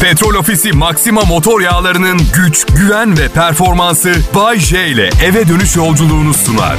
Petrol Ofisi Maxima motor yağlarının güç, güven ve performansı Bay J ile eve dönüş yolculuğunu sunar.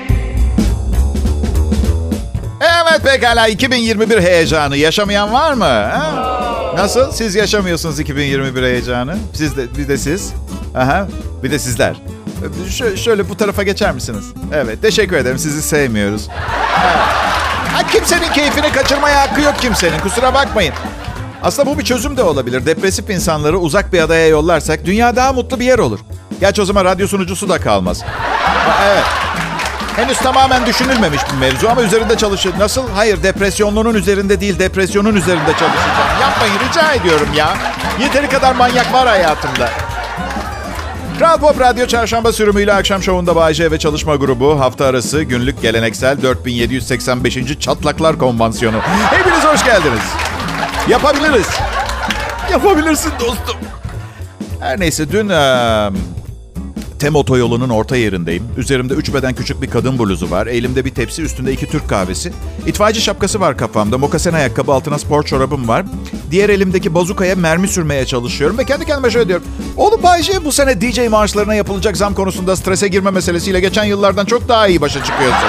Evet pekala, 2021 heyecanı yaşamayan var mı? Ha? Nasıl? Siz yaşamıyorsunuz 2021 heyecanı. Bir de siz. Aha, bir de sizler. Şöyle bu tarafa geçer misiniz? Evet, teşekkür ederim. Sizi sevmiyoruz. Evet. Ha, kimsenin keyfini kaçırmaya hakkı yok kimsenin. Kusura bakmayın. Aslında bu bir çözüm de olabilir. Depresif insanları uzak bir adaya yollarsak dünya daha mutlu bir yer olur. Gerçi o zaman radyo sunucusu da kalmaz. Evet. Henüz tamamen düşünülmemiş bir mevzu ama üzerinde çalışır. Nasıl? Hayır, depresyonluğunun üzerinde değil, depresyonun üzerinde çalışacağım. Yapmayın, rica ediyorum ya. Yeteri kadar manyak var hayatımda. Kral Pop Radyo Çarşamba sürümüyle akşam şovunda Bay J ve çalışma grubu hafta arası günlük geleneksel 4785. Çatlaklar Konvansiyonu. Hepiniz hoş geldiniz. Yapabiliriz. Yapabilirsin dostum. Her neyse dün Tem otoyolunun orta yerindeyim. Üzerimde 3 beden küçük bir kadın bluzu var. Elimde bir tepsi, üstünde 2 Türk kahvesi. İtfaiyeci şapkası var kafamda. Mokasen ayakkabı, altına spor çorabım var. Diğer elimdeki bazukaya mermi sürmeye çalışıyorum. Ve kendi kendime şöyle diyorum. Oğlum Bay J, bu sene DJ maaşlarına yapılacak zam konusunda strese girme meselesiyle geçen yıllardan çok daha iyi başa çıkıyorsun.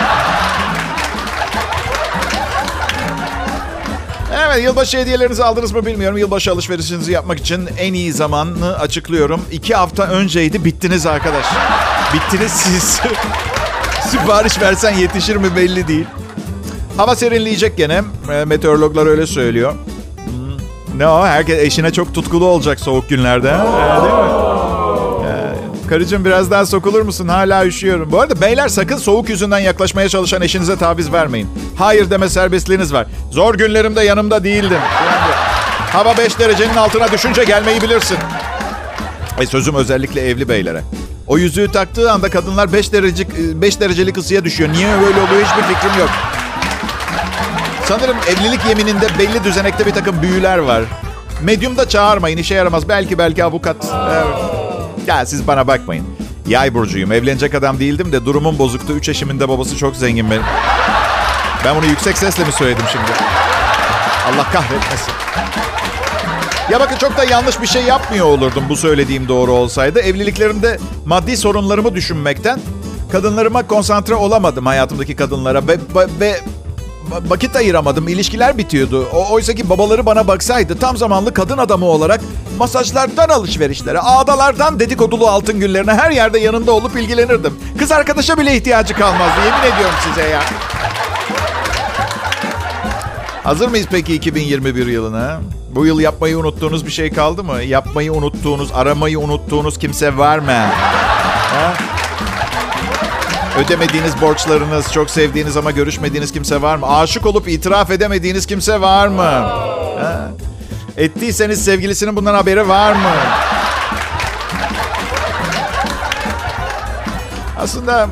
Evet, yılbaşı hediyelerinizi aldınız mı bilmiyorum. Yılbaşı alışverişinizi yapmak için en iyi zamanı açıklıyorum. 2 hafta önceydi, bittiniz arkadaş. Bittiniz siz. Sipariş versen yetişir mi belli değil. Hava serinleyecek gene. Meteorologlar öyle söylüyor. Ne o? Herkes eşine çok tutkulu olacak soğuk günlerde. Değil mi? Karıcığım biraz daha sokulur musun? Hala üşüyorum. Bu arada beyler, sakın soğuk yüzünden yaklaşmaya çalışan eşinize taviz vermeyin. Hayır deme serbestliğiniz var. Zor günlerimde yanımda değildim. Hava 5 derecenin altına düşünce gelmeyi bilirsin. Sözüm özellikle evli beylere. O yüzüğü taktığı anda kadınlar 5 derecelik ısıya düşüyor. Niye böyle oluyor hiçbir fikrim yok. Sanırım evlilik yemininde belli düzenekte bir takım büyüler var. Medyum da çağırmayın, işe yaramaz. Belki avukat. Evet. Ya siz bana bakmayın. Yay burcuyum. Evlenecek adam değildim de durumum bozuktu. 3 eşimin de babası çok zengin benim. Ben bunu yüksek sesle mi söyledim şimdi? Allah kahretmesin. Ya bakın, çok da yanlış bir şey yapmıyor olurdum bu söylediğim doğru olsaydı. Evliliklerimde maddi sorunlarımı düşünmekten kadınlarıma konsantre olamadım, hayatımdaki kadınlara. Ve vakit ayıramadım. İlişkiler bitiyordu. Oysa ki babaları bana baksaydı tam zamanlı kadın adamı olarak masajlardan alışverişlere, ağdalardan dedikodulu altın günlerine her yerde yanında olup ilgilenirdim. Kız arkadaşa bile ihtiyacı kalmazdı. Yemin ediyorum size ya. Hazır mıyız peki 2021 yılına? Bu yıl yapmayı unuttuğunuz bir şey kaldı mı? Yapmayı unuttuğunuz, aramayı unuttuğunuz kimse var mı? Ha? Ödemediğiniz borçlarınız, çok sevdiğiniz ama görüşmediğiniz kimse var mı? Aşık olup itiraf edemediğiniz kimse var mı? Ha? Ettiyseniz sevgilisinin bundan haberi var mı? Aslında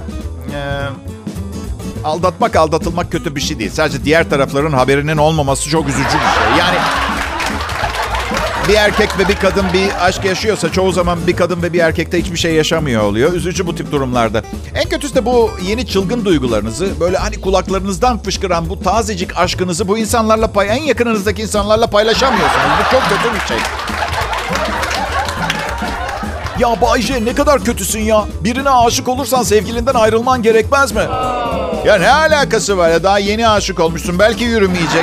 aldatılmak kötü bir şey değil. Sadece diğer tarafların haberinin olmaması çok üzücü bir şey. Yani bir erkek ve bir kadın bir aşk yaşıyorsa çoğu zaman bir kadın ve bir erkekte hiçbir şey yaşamıyor oluyor. Üzücü bu tip durumlarda. En kötüsü de bu yeni çılgın duygularınızı, böyle hani kulaklarınızdan fışkıran bu tazecik aşkınızı bu insanlarla en yakınınızdaki insanlarla paylaşamıyorsunuz. Bu çok kötü bir şey. Ya Bay J, ne kadar kötüsün ya. Birine aşık olursan sevgilinden ayrılman gerekmez mi? Ya ne alakası var ya, daha yeni aşık olmuşsun, belki yürümeyecek.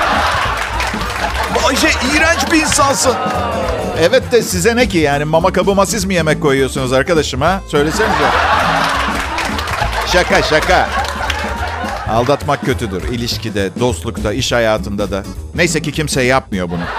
Bay J, iğrenç bir insansın. Evet de size ne ki yani, mama kabıma siz mi yemek koyuyorsunuz arkadaşım ha? Söylesenize. Şaka. Aldatmak kötüdür. İlişkide, dostlukta, iş hayatında da. Neyse ki kimse yapmıyor bunu.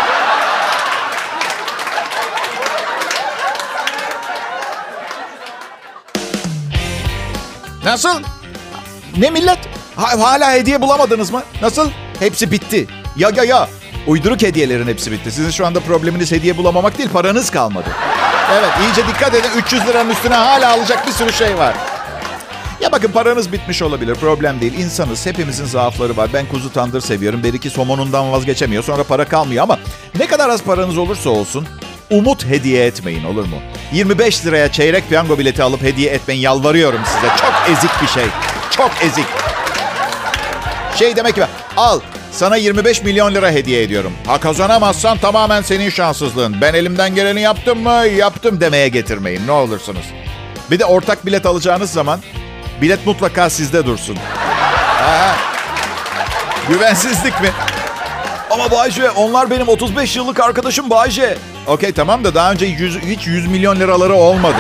Nasıl? Ne millet? Hala hediye bulamadınız mı? Nasıl? Hepsi bitti. Ya. Uyduruk hediyelerin hepsi bitti. Sizin şu anda probleminiz hediye bulamamak değil, paranız kalmadı. Evet, iyice dikkat edin. 300 liranın üstüne hala alacak bir sürü şey var. Ya bakın, paranız bitmiş olabilir. Problem değil. İnsanız. Hepimizin zaafları var. Ben kuzu tandır seviyorum. Beriki somonundan vazgeçemiyor. Sonra para kalmıyor ama ne kadar az paranız olursa olsun umut hediye etmeyin, olur mu? 25 liraya çeyrek piyango bileti alıp hediye etmeyin. Yalvarıyorum size. Çok ezik bir şey. Çok ezik. Şey demek ki al Sana 25 milyon lira hediye ediyorum. Ha kazanamazsan tamamen senin şanssızlığın. Ben elimden geleni yaptım mı? Yaptım demeye getirmeyin ne olursunuz. Bir de ortak bilet alacağınız zaman bilet mutlaka sizde dursun. Ha. Güvensizlik mi? Ama Bayce onlar benim 35 yıllık arkadaşım Bayce. Okey tamam da daha önce hiç 100 milyon liraları olmadı.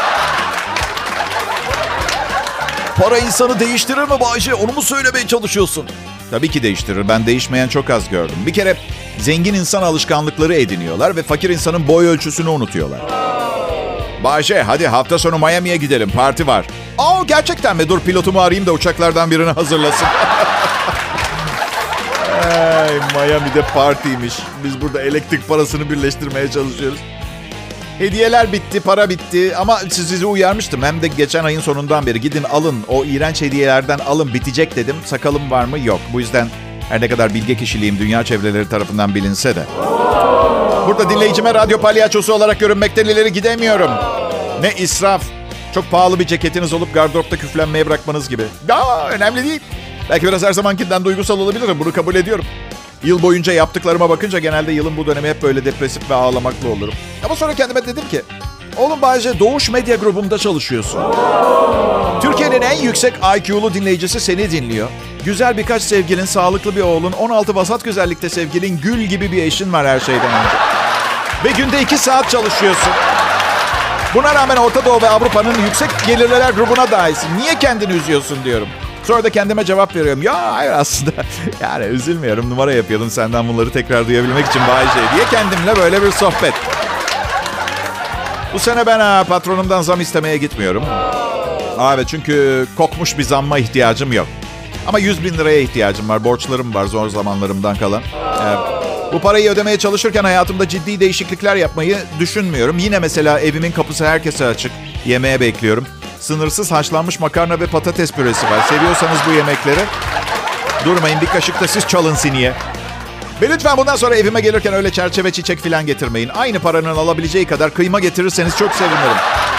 Para insanı değiştirir mi Bayce? Onu mu söylemeye çalışıyorsun? Tabii ki değiştirir. Ben değişmeyen çok az gördüm. Bir kere zengin insan alışkanlıkları ediniyorlar ve fakir insanın boy ölçüsünü unutuyorlar. Bayce hadi hafta sonu Miami'ye gidelim. Parti var. Aa gerçekten mi? Dur pilotumu arayayım da uçaklardan birini hazırlasın. Ay, Miami'de partiymiş. Biz burada elektrik parasını birleştirmeye çalışıyoruz. Hediyeler bitti, para bitti ama sizi uyarmıştım. Hem de geçen ayın sonundan beri gidin alın. O iğrenç hediyelerden alın bitecek dedim. Sakalım var mı? Yok. Bu yüzden her ne kadar bilge kişiliğim dünya çevreleri tarafından bilinse de. Burada dinleyicime radyo palyaçosu olarak görünmekten ileri gidemiyorum. Ne israf. Çok pahalı bir ceketiniz olup gardıropta küflenmeye bırakmanız gibi. Önemli değil. Belki biraz her zamankinden duygusal olabilirim. Bunu kabul ediyorum. Yıl boyunca yaptıklarıma bakınca genelde yılın bu dönemi hep böyle depresif ve ağlamaklı olurum. Ama sonra kendime dedim ki, oğlum Bayce Doğuş Medya grubunda çalışıyorsun. Türkiye'nin en yüksek IQ'lu dinleyicisi seni dinliyor. Güzel birkaç sevgilin, sağlıklı bir oğlun, 16 vasat güzellikte sevgilin, gül gibi bir eşin var her şeyden önce. Ve günde 2 saat çalışıyorsun. Buna rağmen Orta Doğu ve Avrupa'nın yüksek gelirler grubuna dahilsin. Niye kendini üzüyorsun diyorum. Sonra da kendime cevap veriyorum. Ya hayır aslında yani üzülmüyorum. Numara yapıyordum senden bunları tekrar duyabilmek için Bayce diye kendimle böyle bir sohbet. Bu sene ben patronumdan zam istemeye gitmiyorum. Evet çünkü kokmuş bir zamma ihtiyacım yok. Ama 100 bin liraya ihtiyacım var. Borçlarım var zor zamanlarımdan kalan. Bu parayı ödemeye çalışırken hayatımda ciddi değişiklikler yapmayı düşünmüyorum. Yine mesela evimin kapısı herkese açık. Yemeğe bekliyorum. Sınırsız haşlanmış makarna ve patates püresi var. Seviyorsanız bu yemekleri durmayın bir kaşık da siz çalın siniye. Ve lütfen bundan sonra evime gelirken öyle çerçeve çiçek falan getirmeyin. Aynı paranın alabileceği kadar kıyma getirirseniz çok sevinirim.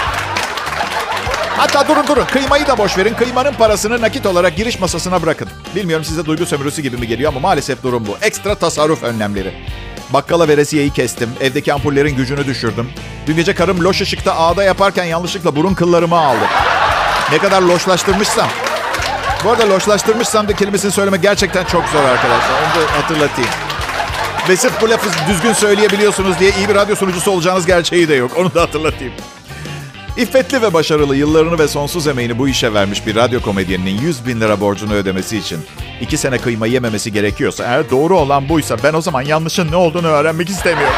Hatta durun. Kıymayı da boş verin. Kıymanın parasını nakit olarak giriş masasına bırakın. Bilmiyorum size duygu sömürüsü gibi mi geliyor ama maalesef durum bu. Ekstra tasarruf önlemleri. Bakkala veresiyeyi kestim. Evdeki ampullerin gücünü düşürdüm. Dün gece karım loş ışıkta ağda yaparken yanlışlıkla burun kıllarımı aldı. Ne kadar loşlaştırmışsam. Bu arada loşlaştırmışsam da kelimesini söylemek gerçekten çok zor arkadaşlar. Onu da hatırlatayım. Ve sırf bu lafı düzgün söyleyebiliyorsunuz diye iyi bir radyo sunucusu olacağınız gerçeği de yok. Onu da hatırlatayım. İffetli ve başarılı yıllarını ve sonsuz emeğini bu işe vermiş bir radyo komedyeninin 100 bin lira borcunu ödemesi için 2 sene kıyma yememesi gerekiyorsa, eğer doğru olan buysa ben o zaman yanlışın ne olduğunu öğrenmek istemiyorum.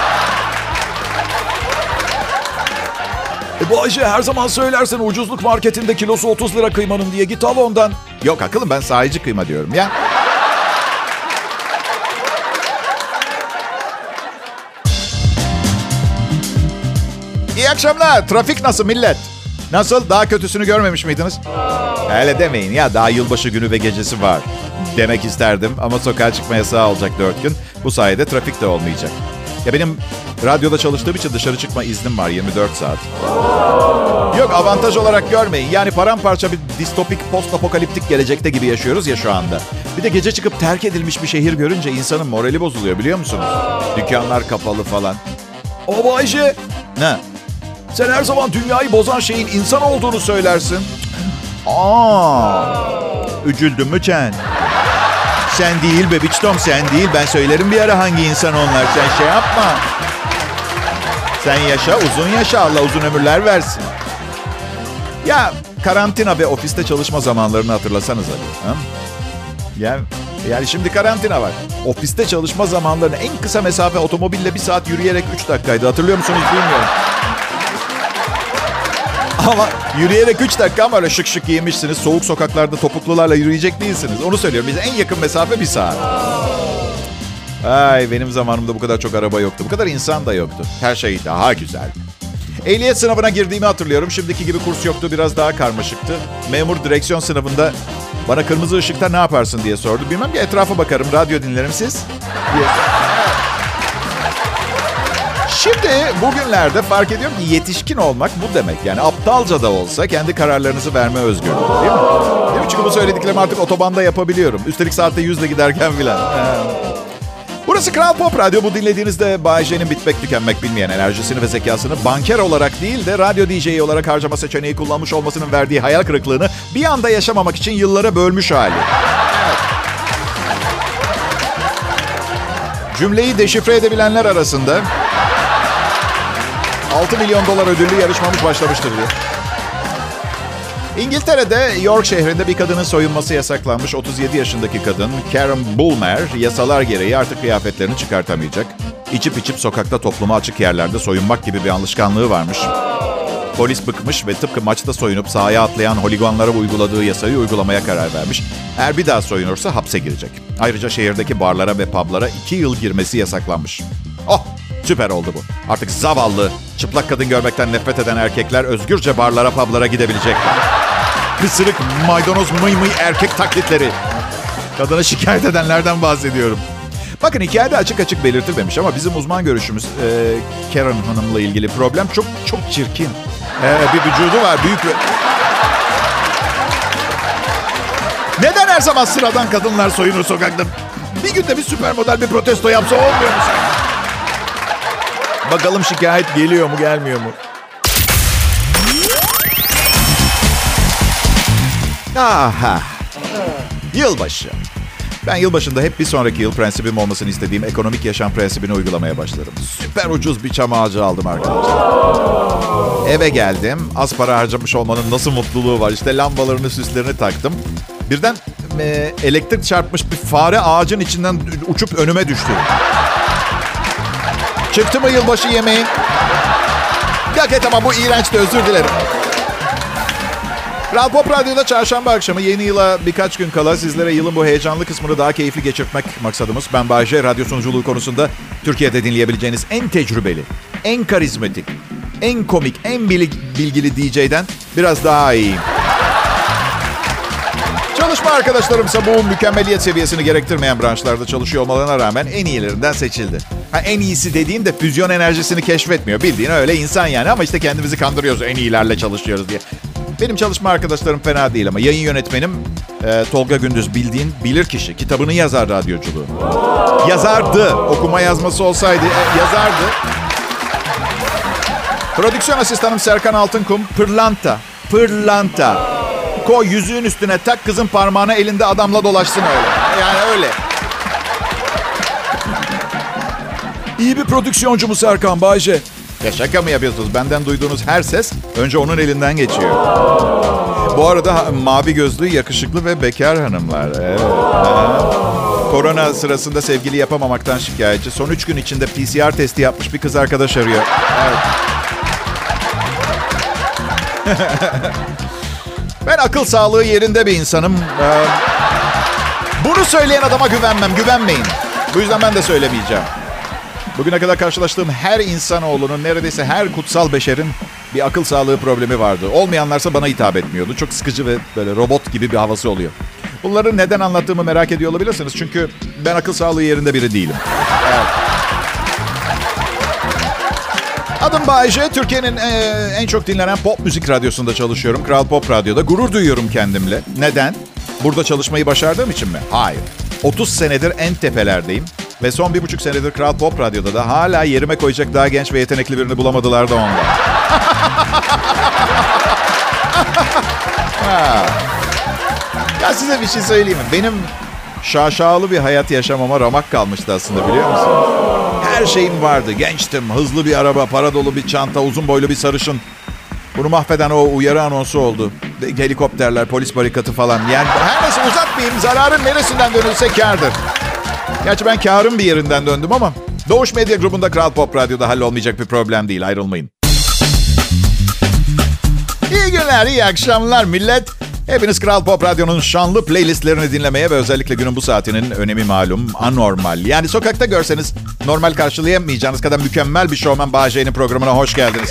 Bayce her zaman söylersen ucuzluk marketinde kilosu 30 lira kıymanın diye git al ondan. Yok akıllım ben sahici kıyma diyorum ya. İyi akşamlar. Trafik nasıl millet? Nasıl? Daha kötüsünü görmemiş miydiniz? Öyle demeyin ya. Daha yılbaşı günü ve gecesi var. Demek isterdim ama sokağa çıkma yasağı olacak 4 gün. Bu sayede trafik de olmayacak. Ya benim radyoda çalıştığım için dışarı çıkma iznim var 24 saat. Yok avantaj olarak görmeyin. Yani paramparça bir distopik post-apokaliptik gelecekte gibi yaşıyoruz ya şu anda. Bir de gece çıkıp terk edilmiş bir şehir görünce insanın morali bozuluyor biliyor musunuz? Dükkanlar kapalı falan. O Bayce. Ne? Sen her zaman dünyayı bozan şeyin insan olduğunu söylersin. Üzüldün mü sen? Sen değil bebiçtom sen değil. Ben söylerim bir ara hangi insan onlar. Sen şey yapma. Sen yaşa uzun yaşa. Allah uzun ömürler versin. Ya karantina ve ofiste çalışma zamanlarını hatırlasanız hadi. Ha? Yani şimdi karantina var. Ofiste çalışma zamanlarını en kısa mesafe otomobille 1 saat yürüyerek 3 dakikaydı. Hatırlıyor musunuz bilmiyorum. Ama yürüyerek 3 dakika ama öyle şık şık giymişsiniz. Soğuk sokaklarda topuklularla yürüyecek değilsiniz. Onu söylüyorum. Bize en yakın mesafe 1 saat. Ay benim zamanımda bu kadar çok araba yoktu. Bu kadar insan da yoktu. Her şey daha güzeldi. Ehliyet sınavına girdiğimi hatırlıyorum. Şimdiki gibi kurs yoktu. Biraz daha karmaşıktı. Memur direksiyon sınavında bana kırmızı ışıkta ne yaparsın diye sordu. Bilmem ki etrafa bakarım. Radyo dinlerim siz. Şimdi bugünlerde fark ediyorum ki yetişkin olmak bu demek. Yani aptalca da olsa kendi kararlarınızı verme özgürlüğü, değil mi? Değil mi? Çünkü bu söylediklerimi artık otobanda yapabiliyorum. Üstelik saatte 100'le giderken filan. Burası Kral Pop Radyo. Bu dinlediğinizde Bay J'nin bitmek tükenmek bilmeyen enerjisini ve zekasını banker olarak değil de radyo DJ'i olarak harcama seçeneği kullanmış olmasının verdiği hayal kırıklığını bir anda yaşamamak için yıllara bölmüş hali. Evet. Cümleyi deşifre edebilenler arasında 6 milyon dolar ödüllü yarışmamız başlamıştır diye. İngiltere'de York şehrinde bir kadının soyunması yasaklanmış. 37 yaşındaki kadın Karen Bulmer yasalar gereği artık kıyafetlerini çıkartamayacak. İçip sokakta topluma açık yerlerde soyunmak gibi bir alışkanlığı varmış. Polis bıkmış ve tıpkı maçta soyunup sahaya atlayan holiganlara uyguladığı yasayı uygulamaya karar vermiş. Eğer bir daha soyunursa hapse girecek. Ayrıca şehirdeki barlara ve publara 2 yıl girmesi yasaklanmış. Oh! Süper oldu bu. Artık zavallı, çıplak kadın görmekten nefret eden erkekler özgürce barlara, publara gidebilecekler. Pısırık, maydanoz, mıy erkek taklitleri. Kadına şikayet edenlerden bahsediyorum. Bakın hikayede açık belirtilmemiş ama bizim uzman görüşümüz Karen Hanım'la ilgili problem çok çirkin. Bir vücudu var, büyük ve... Neden her zaman sıradan kadınlar soyunur sokakta? Bir günde bir süper model bir protesto yapsa olmuyor mu sen? Bakalım şikayet geliyor mu, gelmiyor mu? Aha. Yılbaşı. Ben yılbaşında hep bir sonraki yıl prensibim olmasını istediğim ekonomik yaşam prensibini uygulamaya başlarım. Süper ucuz bir çam ağacı aldım arkadaşlar. Eve geldim. Az para harcamış olmanın nasıl mutluluğu var. İşte lambalarını, süslerini taktım. Birden elektrik çarpmış bir fare ağacın içinden uçup önüme düştü. Çıktı mı yılbaşı yemeği? Ya tamam, bu iğrençti, özür dilerim. Kral Pop Radyo'da çarşamba akşamı yeni yıla birkaç gün kala sizlere yılın bu heyecanlı kısmını daha keyifli geçirtmek maksadımız. Ben Bay J, radyo sunuculuğu konusunda Türkiye'de dinleyebileceğiniz en tecrübeli, en karizmatik, en komik, en bilgili DJ'den biraz daha iyiyim. Çalışma arkadaşlarımsa bu mükemmeliyet seviyesini gerektirmeyen branşlarda çalışıyor olmalarına rağmen en iyilerinden seçildi. En iyisi dediğim de füzyon enerjisini keşfetmiyor. Bildiğin öyle insan yani, ama işte kendimizi kandırıyoruz en iyilerle çalışıyoruz diye. Benim çalışma arkadaşlarım fena değil ama yayın yönetmenim Tolga Gündüz bilir kişi. Kitabını yazar radyoculuğu. Yazardı. Okuma yazması olsaydı yazardı. Prodüksiyon asistanım Serkan Altınkum pırlanta. Koy yüzüğün üstüne, tak kızın parmağına, elinde adamla dolaşsın öyle. Yani öyle. İyi bir prodüksiyoncu mu Serkan, Bay J? Ya şaka mı yapıyorsunuz? Benden duyduğunuz her ses önce onun elinden geçiyor. Bu arada mavi gözlü, yakışıklı ve bekar hanımlar. Evet. Korona sırasında sevgili yapamamaktan şikayetçi. Son 3 gün içinde PCR testi yapmış bir kız arkadaş arıyor. Evet. Ben akıl sağlığı yerinde bir insanım. Bunu söyleyen adama güvenmeyin. Bu yüzden ben de söylemeyeceğim. Bugüne kadar karşılaştığım her insanoğlunun, neredeyse her kutsal beşerin bir akıl sağlığı problemi vardı. Olmayanlarsa bana hitap etmiyordu. Çok sıkıcı ve böyle robot gibi bir havası oluyor. Bunları neden anlattığımı merak ediyor olabilirsiniz. Çünkü ben akıl sağlığı yerinde biri değilim. Evet. Adım Bay J. Türkiye'nin en çok dinlenen pop müzik radyosunda çalışıyorum. Kral Pop Radyo'da. Gurur duyuyorum kendimle. Neden? Burada çalışmayı başardığım için mi? Hayır. 30 senedir en tepelerdeyim. Ve son 1,5 senedir Kral Pop Radyo'da da hala yerime koyacak daha genç ve yetenekli birini bulamadılar da ondan. Ya size bir şey söyleyeyim mi? Benim şaşalı bir hayat yaşamama ramak kalmıştı aslında, biliyor musunuz? Her şeyim vardı. Gençtim, hızlı bir araba, para dolu bir çanta, uzun boylu bir sarışın. Bunu mahveden o uyarı anonsu oldu. Helikopterler, polis barikatı falan. Yani her neyse, uzatmayayım. Zararın neresinden dönülse kârdır. Gerçi ben kârın bir yerinden döndüm ama Doğuş Medya Grubu'nda Kral Pop Radyo'da hallolmayacak bir problem değil. Ayrılmayın. İyi günler, iyi akşamlar millet. Hepiniz Kral Pop Radyo'nun şanlı playlistlerini dinlemeye ve özellikle günün bu saatinin önemi malum anormal. Yani sokakta görseniz normal karşılayamayacağınız kadar mükemmel bir şovmen Bay J'nin programına hoş geldiniz.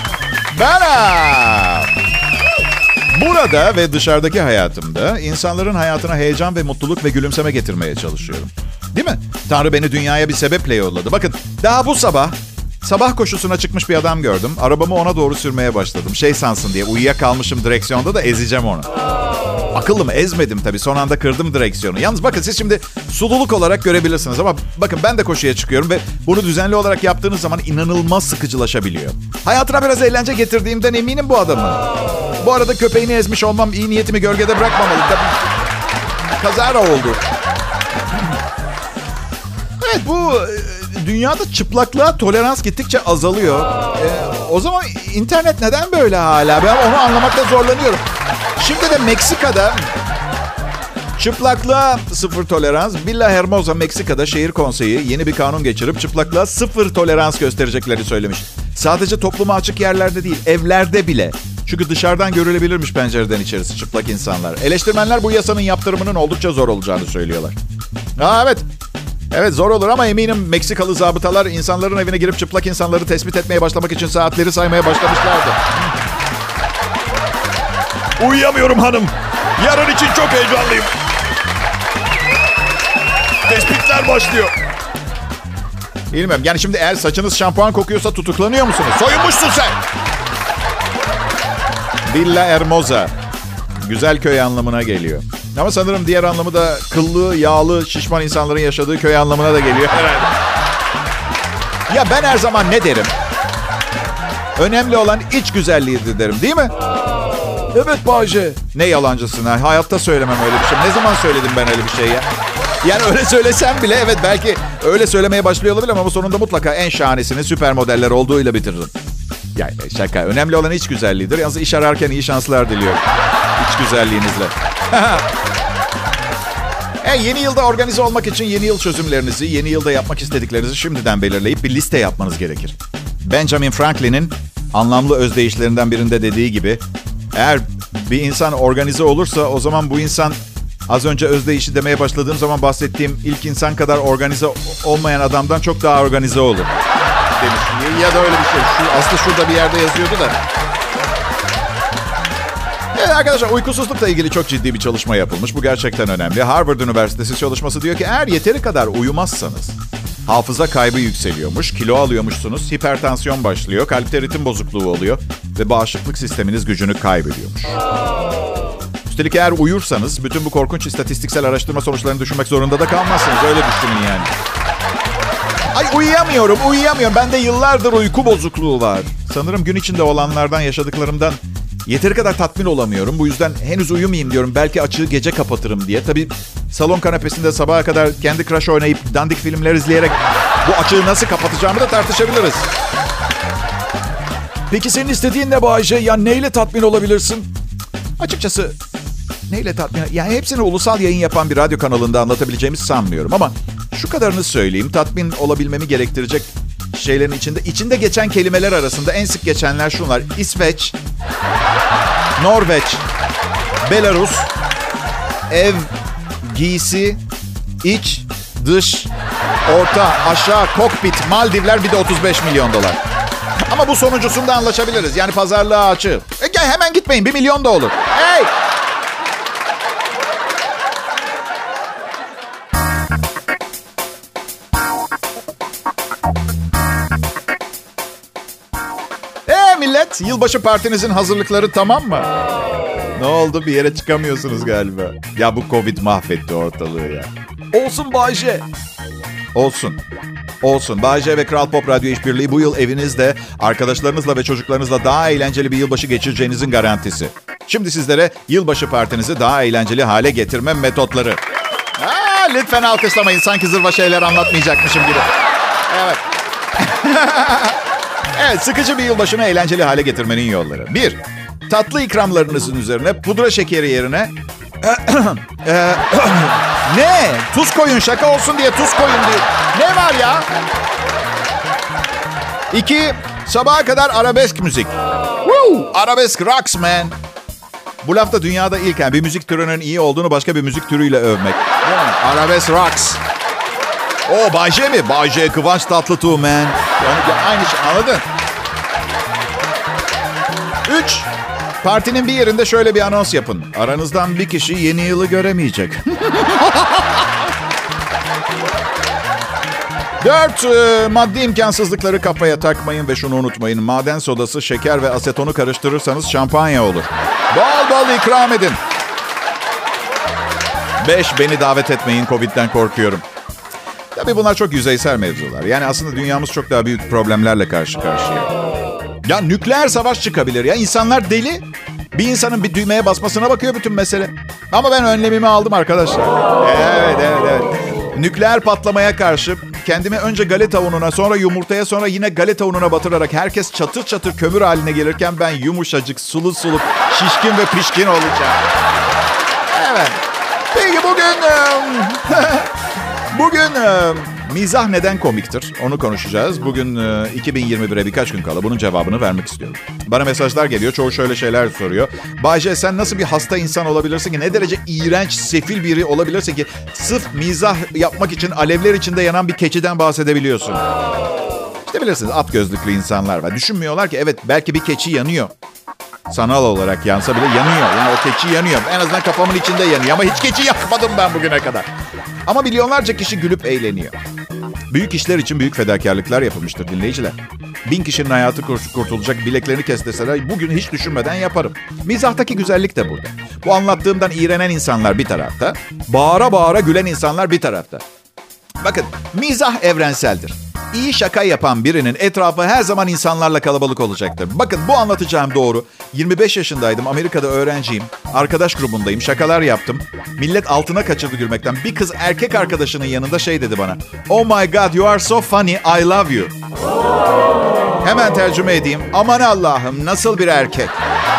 Burada ve dışarıdaki hayatımda insanların hayatına heyecan ve mutluluk ve gülümseme getirmeye çalışıyorum. Değil mi? Tanrı beni dünyaya bir sebeple yolladı. Bakın daha bu sabah Sabah koşusuna çıkmış bir adam gördüm. Arabamı ona doğru sürmeye başladım. Şey sansın diye, uyuyakalmışım direksiyonda da ezeceğim onu. Akıllım, ezmedim tabii. Son anda kırdım direksiyonu. Yalnız bakın, siz şimdi sululuk olarak görebilirsiniz ama bakın, ben de koşuya çıkıyorum ve bunu düzenli olarak yaptığınız zaman inanılmaz sıkıcılaşabiliyor. Hayatına biraz eğlence getirdiğimden eminim bu adamın. Bu arada köpeğini ezmiş olmam iyi niyetimi gölgede bırakmamalı. Tabii kazara oldu. Evet, bu dünyada çıplaklığa tolerans gittikçe azalıyor. O zaman internet neden böyle hala? Ben onu anlamakta zorlanıyorum. Şimdi de Meksika'da çıplaklığa sıfır tolerans. Villa Hermosa, Meksika'da şehir konseyi yeni bir kanun geçirip çıplaklığa sıfır tolerans göstereceklerini söylemiş. Sadece topluma açık yerlerde değil, evlerde bile. Çünkü dışarıdan görülebilirmiş pencereden içerisi çıplak insanlar. Eleştirmenler bu yasanın yaptırımının oldukça zor olacağını söylüyorlar. Evet. Evet, zor olur ama eminim Meksikalı zabıtalar insanların evine girip çıplak insanları tespit etmeye başlamak için saatleri saymaya başlamışlardı. Uyuyamıyorum hanım. Yarın için çok heyecanlıyım. Tespitler başlıyor. Bilmiyorum. Yani şimdi eğer saçınız şampuan kokuyorsa tutuklanıyor musunuz? Soyunmuşsun sen. Villa Hermosa. Güzel köy anlamına geliyor. Ama sanırım diğer anlamı da kıllı, yağlı, şişman insanların yaşadığı köy anlamına da geliyor herhalde. Ya ben her zaman ne derim? Önemli olan iç güzelliğidir derim, değil mi? Evet Bayce. Ne yalancısın ha. Hayatta söylemem öyle bir şey. Ne zaman söyledim ben öyle bir şey ya? Yani öyle söylesem bile, evet, belki öyle söylemeye başlıyor olabilirim ama sonunda mutlaka en şahanesini süper modeller olduğuyla bitiririm. Yani şaka. Önemli olan iç güzelliğidir. Yalnız iş ararken iyi şanslar diliyorum. İç güzelliğinizle. Yeni yılda organize olmak için yeni yıl çözümlerinizi, yeni yılda yapmak istediklerinizi şimdiden belirleyip bir liste yapmanız gerekir. Benjamin Franklin'in anlamlı özdeyişlerinden birinde dediği gibi, eğer bir insan organize olursa o zaman bu insan, az önce özdeyişi demeye başladığım zaman bahsettiğim ilk insan kadar organize olmayan adamdan çok daha organize olur demiş. Ya da öyle bir şey. Aslında şurada bir yerde yazıyordu da. Evet arkadaşlar, uykusuzlukla ilgili çok ciddi bir çalışma yapılmış. Bu gerçekten önemli. Harvard Üniversitesi çalışması diyor ki eğer yeteri kadar uyumazsanız hafıza kaybı yükseliyormuş, kilo alıyormuşsunuz, hipertansiyon başlıyor, kalpte ritim bozukluğu oluyor ve bağışıklık sisteminiz gücünü kaybediyormuş. Üstelik eğer uyursanız bütün bu korkunç istatistiksel araştırma sonuçlarını düşünmek zorunda da kalmazsınız. Öyle düşünün yani. Ay uyuyamıyorum. Bende yıllardır uyku bozukluğu var. Sanırım gün içinde olanlardan, yaşadıklarımdan yeteri kadar tatmin olamıyorum. Bu yüzden henüz uyumayayım diyorum. Belki açığı gece kapatırım diye. Tabii salon kanepesinde sabaha kadar Candy Crush oynayıp dandik filmler izleyerek bu açığı nasıl kapatacağımı da tartışabiliriz. Peki senin istediğin ne Bayce? Ya neyle tatmin olabilirsin? Açıkçası neyle tatmin? Yani hepsini ulusal yayın yapan bir radyo kanalında anlatabileceğimi sanmıyorum. Ama şu kadarını söyleyeyim. Tatmin olabilmemi gerektirecek şeylerin içinde geçen kelimeler arasında en sık geçenler şunlar: İsveç, Norveç, Belarus, ev, giysi, iç, dış, orta, aşağı, kokpit, Maldivler, bir de 35 milyon dolar. Ama bu sonuncusunda anlaşabiliriz. Yani pazarlığa açığım. Gel hemen gitmeyin, 1 milyon da olur. Hey! Millet, yılbaşı partinizin hazırlıkları tamam mı? Ne oldu? Bir yere çıkamıyorsunuz galiba. Ya bu Covid mahvetti ortalığı ya. Olsun Bayce. Olsun. Bayce ve Kral Pop Radyo İşbirliği bu yıl evinizde arkadaşlarınızla ve çocuklarınızla daha eğlenceli bir yılbaşı geçireceğinizin garantisi. Şimdi sizlere yılbaşı partinizi daha eğlenceli hale getirme metotları. Lütfen alkışlamayın. Sanki zırva şeyler anlatmayacakmışım gibi. Evet. Evet, sıkıcı bir yılbaşını eğlenceli hale getirmenin yolları. 1. Tatlı ikramlarınızın üzerine pudra şekeri yerine... Ne? Tuz koyun, şaka olsun diye tuz koyun diye. Ne var ya? 2. Sabaha kadar arabesk müzik. Woo! Arabesk rocks man. Bu lafta dünyada ilk, bir müzik türünün iyi olduğunu başka bir müzik türüyle övmek. Arabesk rocks. O Bayce mi? Bayce, Kıvanç Tatlıtuğ man. Aynı şey, anladın? 3. Partinin bir yerinde şöyle bir anons yapın. Aranızdan bir kişi yeni yılı göremeyecek. 4. Maddi imkansızlıkları kafaya takmayın ve şunu unutmayın. Maden sodası, şeker ve asetonu karıştırırsanız şampanya olur. Bol bol ikram edin. 5. Beni davet etmeyin. Covid'den korkuyorum. Tabii bunlar çok yüzeysel mevzular. Yani aslında dünyamız çok daha büyük problemlerle karşı karşıya. Ya nükleer savaş çıkabilir ya. İnsanlar deli. Bir insanın bir düğmeye basmasına bakıyor bütün mesele. Ama ben önlemimi aldım arkadaşlar. Evet. Nükleer patlamaya karşı kendimi önce galeta ununa, sonra yumurtaya, sonra yine galeta ununa batırarak herkes çatır çatır kömür haline gelirken ben yumuşacık, sulu sulu, şişkin ve pişkin olacağım. Evet. Peki bugün mizah neden komiktir? Onu konuşacağız. Bugün 2021'e birkaç gün kala bunun cevabını vermek istiyorum. Bana mesajlar geliyor. Çoğu şöyle şeyler soruyor. Bayce, sen nasıl bir hasta insan olabilirsin ki? Ne derece iğrenç, sefil biri olabilirsin ki? Sırf mizah yapmak için alevler içinde yanan bir keçiden bahsedebiliyorsun. İşte bilirsiniz, at gözlüklü insanlar var. Düşünmüyorlar ki evet, belki bir keçi yanıyor. Sanal olarak yansa bile yanıyor. Yani o keçi yanıyor. En azından kafamın içinde yanıyor. Ama hiç keçi yakmadım ben bugüne kadar. Ama milyonlarca kişi gülüp eğleniyor. Büyük işler için büyük fedakarlıklar yapılmıştır dinleyiciler. 1000 kişinin hayatı kurtulacak, bileklerini kestirseler bugün hiç düşünmeden yaparım. Mizahtaki güzellik de burada. Bu anlattığımdan iğrenen insanlar bir tarafta, bağıra bağıra gülen insanlar bir tarafta. Bakın, mizah evrenseldir. İyi şaka yapan birinin etrafı her zaman insanlarla kalabalık olacaktır. Bakın, bu anlatacağım doğru. 25 yaşındaydım, Amerika'da öğrenciyim. Arkadaş grubundayım, şakalar yaptım. Millet altına kaçırdı gülmekten. Bir kız erkek arkadaşının yanında şey dedi bana. Oh my God, you are so funny, I love you. Hemen tercüme edeyim. Aman Allah'ım, nasıl bir erkek.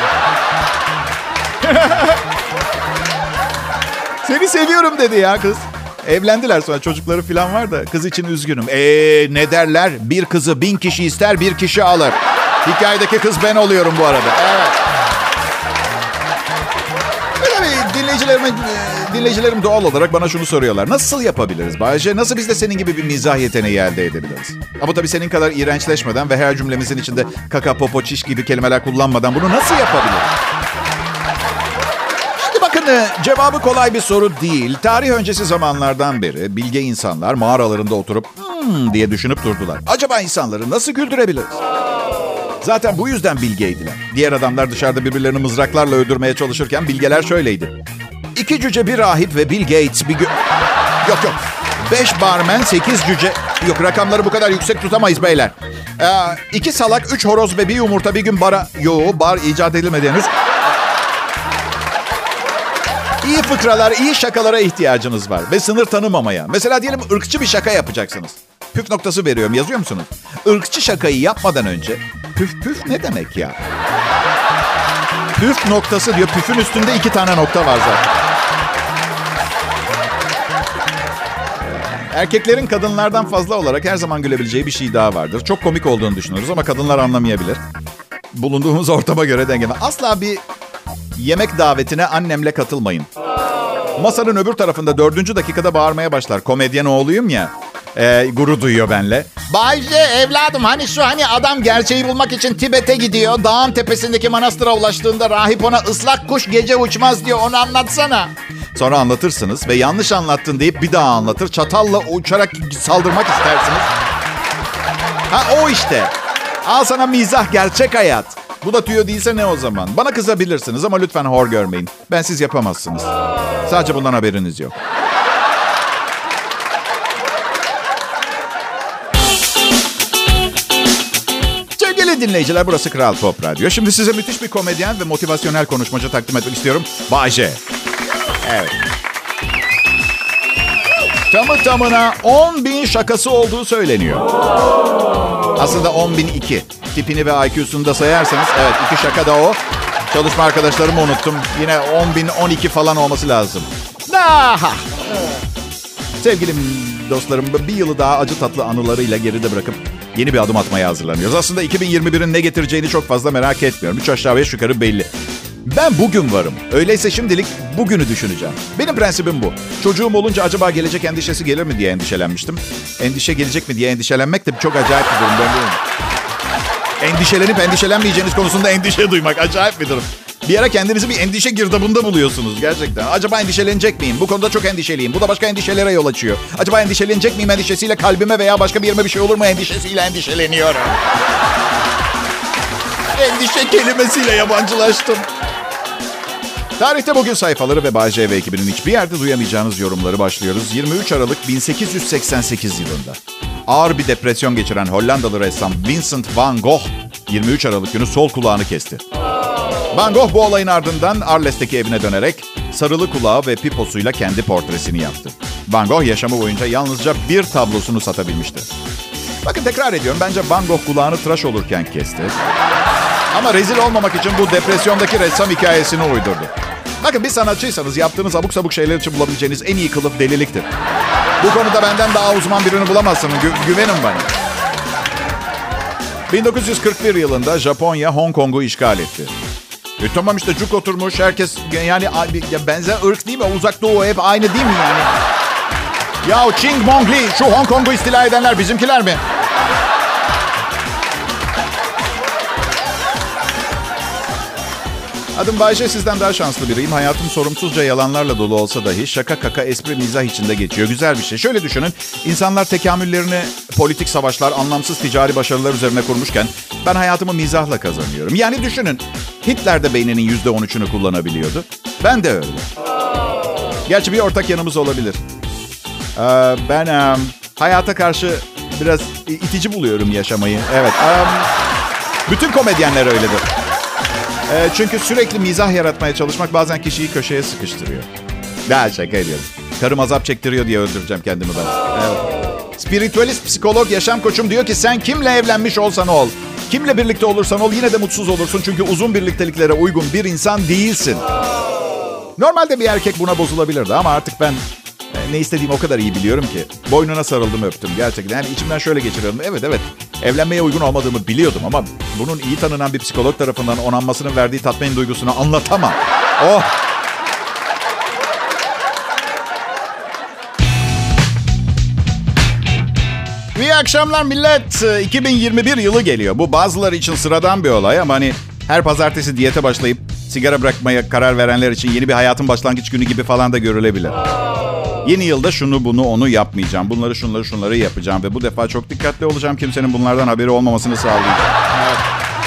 Seni seviyorum dedi ya kız. Evlendiler, sonra çocukları falan var da kız için üzgünüm. Ne derler? Bir kızı 1000 kişi ister, bir kişi alır. Hikayedeki kız ben oluyorum bu arada. Evet. Ve tabii dinleyicilerim doğal olarak bana şunu soruyorlar. Nasıl yapabiliriz Bayce? Nasıl biz de senin gibi bir mizah yeteneği elde edebiliriz? Ama tabii senin kadar iğrençleşmeden ve her cümlemizin içinde kaka, popo, çiş gibi kelimeler kullanmadan bunu nasıl yapabiliriz? Bakın, cevabı kolay bir soru değil. Tarih öncesi zamanlardan beri bilge insanlar mağaralarında oturup diye düşünüp durdular. Acaba insanları nasıl güldürebiliriz? Zaten bu yüzden bilgeydiler. Diğer adamlar dışarıda birbirlerini mızraklarla öldürmeye çalışırken bilgeler şöyleydi. 2 cüce, bir rahip ve Bill Gates bir gün... Yok. 5 barmen, 8 cüce... Yok, rakamları bu kadar yüksek tutamayız beyler. 2 salak, 3 horoz ve bir yumurta bir gün bara... bar icat edilmedi henüz. İyi fıkralar, iyi şakalara ihtiyacınız var. Ve sınır tanımamaya. Mesela diyelim ırkçı bir şaka yapacaksınız. Püf noktası veriyorum, yazıyor musunuz? Irkçı şakayı yapmadan önce... Püf ne demek ya? Püf noktası diyor. Püfün üstünde 2 tane nokta var zaten. Erkeklerin kadınlardan fazla olarak her zaman gülebileceği bir şey daha vardır. Çok komik olduğunu düşünürüz ama kadınlar anlamayabilir. Bulunduğumuz ortama göre dengeli. Asla bir yemek davetine annemle katılmayın. Masanın öbür tarafında 4. dakikada bağırmaya başlar. Komedyen oğluyum ya. Gurur duyuyor benle. Bayce evladım, hani adam gerçeği bulmak için Tibet'e gidiyor. Dağın tepesindeki manastıra ulaştığında rahip ona ıslak kuş gece uçmaz diyor. Onu anlatsana. Sonra anlatırsınız ve yanlış anlattın deyip bir daha anlatır. Çatalla uçarak saldırmak istersiniz. O işte. Al sana mizah, gerçek hayat. Bu da tüyo değilse ne o zaman? Bana kızabilirsiniz ama lütfen hor görmeyin. Ben siz yapamazsınız. Sadece bundan haberiniz yok. Sevgili dinleyiciler, burası Kral Pop Radyo. Şimdi size müthiş bir komedyen ve motivasyonel konuşmacı takdim etmek istiyorum. Bayce. Evet. Tamına 10.000 şakası olduğu söyleniyor. Aslında 10.002. Tipini ve IQ'sunu da sayarsanız, evet, 2 şaka da o. Çalışma arkadaşlarımı unuttum. Yine 10.012 falan olması lazım. Sevgili dostlarım, bir yılı daha acı tatlı anılarıyla geride bırakıp yeni bir adım atmaya hazırlanıyoruz. Aslında 2021'in ne getireceğini çok fazla merak etmiyorum. 3 aşağı 5 yukarı belli. Ben bugün varım. Öyleyse şimdilik bugünü düşüneceğim. Benim prensibim bu. Çocuğum olunca acaba gelecek endişesi gelir mi diye endişelenmiştim. Endişe gelecek mi diye endişelenmek de çok acayip bir durum. Endişelenip endişelenmeyeceğiniz konusunda endişe duymak acayip bir durum. Bir ara kendinizi bir endişe girdabında buluyorsunuz gerçekten. Acaba endişelenecek miyim? Bu konuda çok endişeliyim. Bu da başka endişelere yol açıyor. Acaba endişelenecek miyim endişesiyle kalbime veya başka bir yerime bir şey olur mu endişesiyle endişeleniyorum. Endişe kelimesiyle yabancılaştım. Tarihte bugün sayfaları ve Bay J ve ekibinin hiçbir yerde duyamayacağınız yorumları başlıyoruz. 23 Aralık 1888 yılında ağır bir depresyon geçiren Hollandalı ressam Vincent van Gogh 23 Aralık günü sol kulağını kesti. Van Gogh bu olayın ardından Arles'teki evine dönerek sarılı kulağı ve piposuyla kendi portresini yaptı. Van Gogh yaşamı boyunca yalnızca bir tablosunu satabilmişti. Bakın tekrar ediyorum, bence Van Gogh kulağını tıraş olurken kesti. Ama rezil olmamak için bu depresyondaki ressam hikayesini uydurdu. Bakın bir sanatçıysanız yaptığınız abuk sabuk şeyler için bulabileceğiniz en iyi kılıf deliliktir. Bu konuda benden daha uzman birini bulamazsınız. Güvenin bana. 1941 yılında Japonya Hong Kong'u işgal etti. Tamam işte cuk oturmuş herkes yani ya benzer ırk değil mi? Uzak Doğu hep aynı değil mi yani? Ya Ching Mong Lee şu Hong Kong'u istila edenler bizimkiler mi? Adım Bayce, sizden daha şanslı biriyim. Hayatım sorumsuzca yalanlarla dolu olsa dahi şaka kaka espri mizah içinde geçiyor. Güzel bir şey. Şöyle düşünün. İnsanlar tekamüllerini politik savaşlar, anlamsız ticari başarılar üzerine kurmuşken ben hayatımı mizahla kazanıyorum. Yani düşünün. Hitler de beyninin %13'ünü kullanabiliyordu. Ben de öyle. Gerçi bir ortak yanımız olabilir. Ben hayata karşı biraz itici buluyorum yaşamayı. Evet. Bütün komedyenler öyledir. Çünkü sürekli mizah yaratmaya çalışmak bazen kişiyi köşeye sıkıştırıyor. Daha şaka ediyorum. Karım azap çektiriyor diye öldüreceğim kendimi ben. Evet. Spiritüalist psikolog, yaşam koçum diyor ki sen kimle evlenmiş olsan ol, kimle birlikte olursan ol yine de mutsuz olursun. Çünkü uzun birlikteliklere uygun bir insan değilsin. Normalde bir erkek buna bozulabilirdi ama artık ben ne istediğimi o kadar iyi biliyorum ki. Boynuna sarıldım, öptüm gerçekten. Yani içimden şöyle geçiriyorum. Evet. Evlenmeye uygun olmadığımı biliyordum ama bunun iyi tanınan bir psikolog tarafından onanmasının verdiği tatmin duygusunu anlatamam. Oh! İyi akşamlar millet. 2021 yılı geliyor. Bu bazıları için sıradan bir olay ama hani her pazartesi diyete başlayıp sigara bırakmaya karar verenler için yeni bir hayatın başlangıç günü gibi falan da görülebilir. Yeni yılda şunu bunu onu yapmayacağım. Bunları şunları yapacağım. Ve bu defa çok dikkatli olacağım. Kimsenin bunlardan haberi olmamasını sağlayacağım. Evet.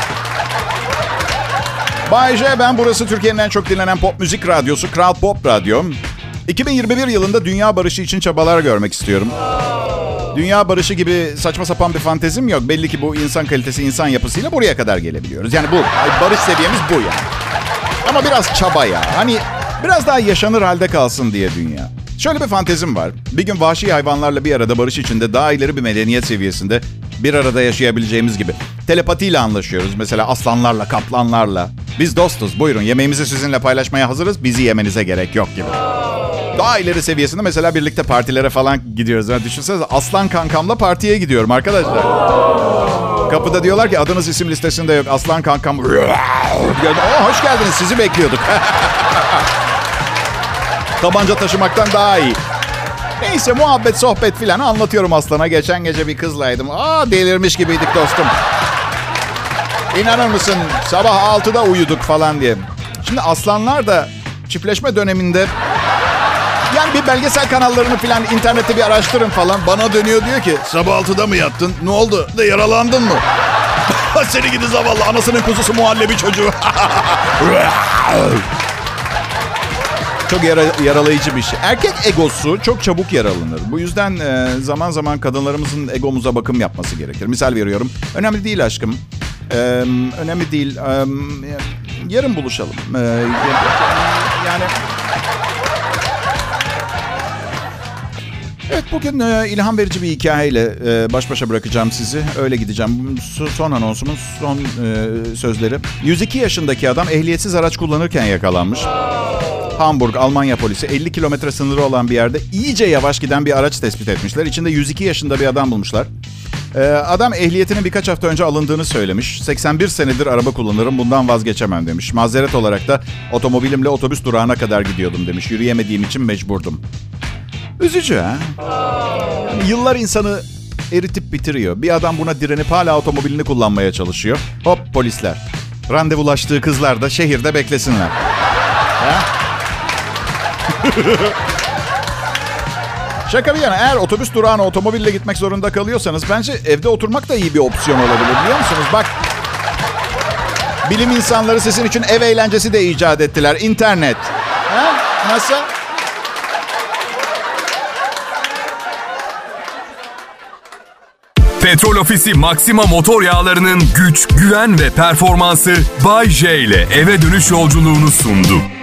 Bay J, ben burası Türkiye'nin en çok dinlenen pop müzik radyosu Kral Pop Radyo. 2021 yılında dünya barışı için çabalar görmek istiyorum. Dünya barışı gibi saçma sapan bir fantezim yok. Belli ki bu insan kalitesi, insan yapısıyla buraya kadar gelebiliyoruz. Yani bu barış seviyemiz bu yani. Ama biraz çaba ya. Hani biraz daha yaşanır halde kalsın diye dünya. Şöyle bir fantezim var. Bir gün vahşi hayvanlarla bir arada barış içinde daha ileri bir medeniyet seviyesinde bir arada yaşayabileceğimiz gibi. Telepatiyle anlaşıyoruz. Mesela aslanlarla, kaplanlarla. Biz dostuz. Buyurun yemeğimizi sizinle paylaşmaya hazırız. Bizi yemenize gerek yok gibi. Daha ileri seviyesinde mesela birlikte partilere falan gidiyoruz. Yani düşünsenize aslan kankamla partiye gidiyorum arkadaşlar. Kapıda diyorlar ki adınız isim listesinde yok. Aslan kankam. Hoş geldiniz, sizi bekliyorduk. Tabanca taşımaktan daha iyi. Neyse muhabbet sohbet filan anlatıyorum aslana. Geçen gece bir kızlaydım. Delirmiş gibiydik dostum. İnanır mısın sabah 6'da uyuduk falan diye. Şimdi aslanlar da çiftleşme döneminde yani bir belgesel kanallarını filan internette bir araştırın falan. Bana dönüyor diyor ki sabah 6'da mı yattın? Ne oldu? De yaralandın mı? Seni gidi zavallı anasının kuzusu muhallebi çocuğu. Çok yaralayıcı bir şey. Erkek egosu çok çabuk yaralanır. Bu yüzden zaman zaman kadınlarımızın egomuza bakım yapması gerekir. Misal veriyorum. Önemli değil aşkım. Önemli değil. Yarın buluşalım. Yani... Evet, bugün ilham verici bir hikayeyle baş başa bırakacağım sizi. Öyle gideceğim. Son anonsumun son sözleri. 102 yaşındaki adam ehliyetsiz araç kullanırken yakalanmış. Hamburg, Almanya polisi 50 kilometre sınırı olan bir yerde iyice yavaş giden bir araç tespit etmişler. İçinde 102 yaşında bir adam bulmuşlar. Adam ehliyetinin birkaç hafta önce alındığını söylemiş. 81 senedir araba kullanırım, bundan vazgeçemem demiş. Mazeret olarak da otomobilimle otobüs durağına kadar gidiyordum demiş. Yürüyemediğim için mecburdum. Üzücü ha? Yani yıllar insanı eritip bitiriyor. Bir adam buna direnip hala otomobilini kullanmaya çalışıyor. Hop polisler. Randevulaştığı kızlar da şehirde beklesinler. Ha? Şaka bir yana, eğer otobüs durağına otomobille gitmek zorunda kalıyorsanız bence evde oturmak da iyi bir opsiyon olabilir, biliyor musunuz? Bak, bilim insanları sizin için ev eğlencesi de icat ettiler. İnternet. Ha? Nasıl? Petrol Ofisi Maxima motor yağlarının güç, güven ve performansı Bay J ile eve dönüş yolculuğunu sundu.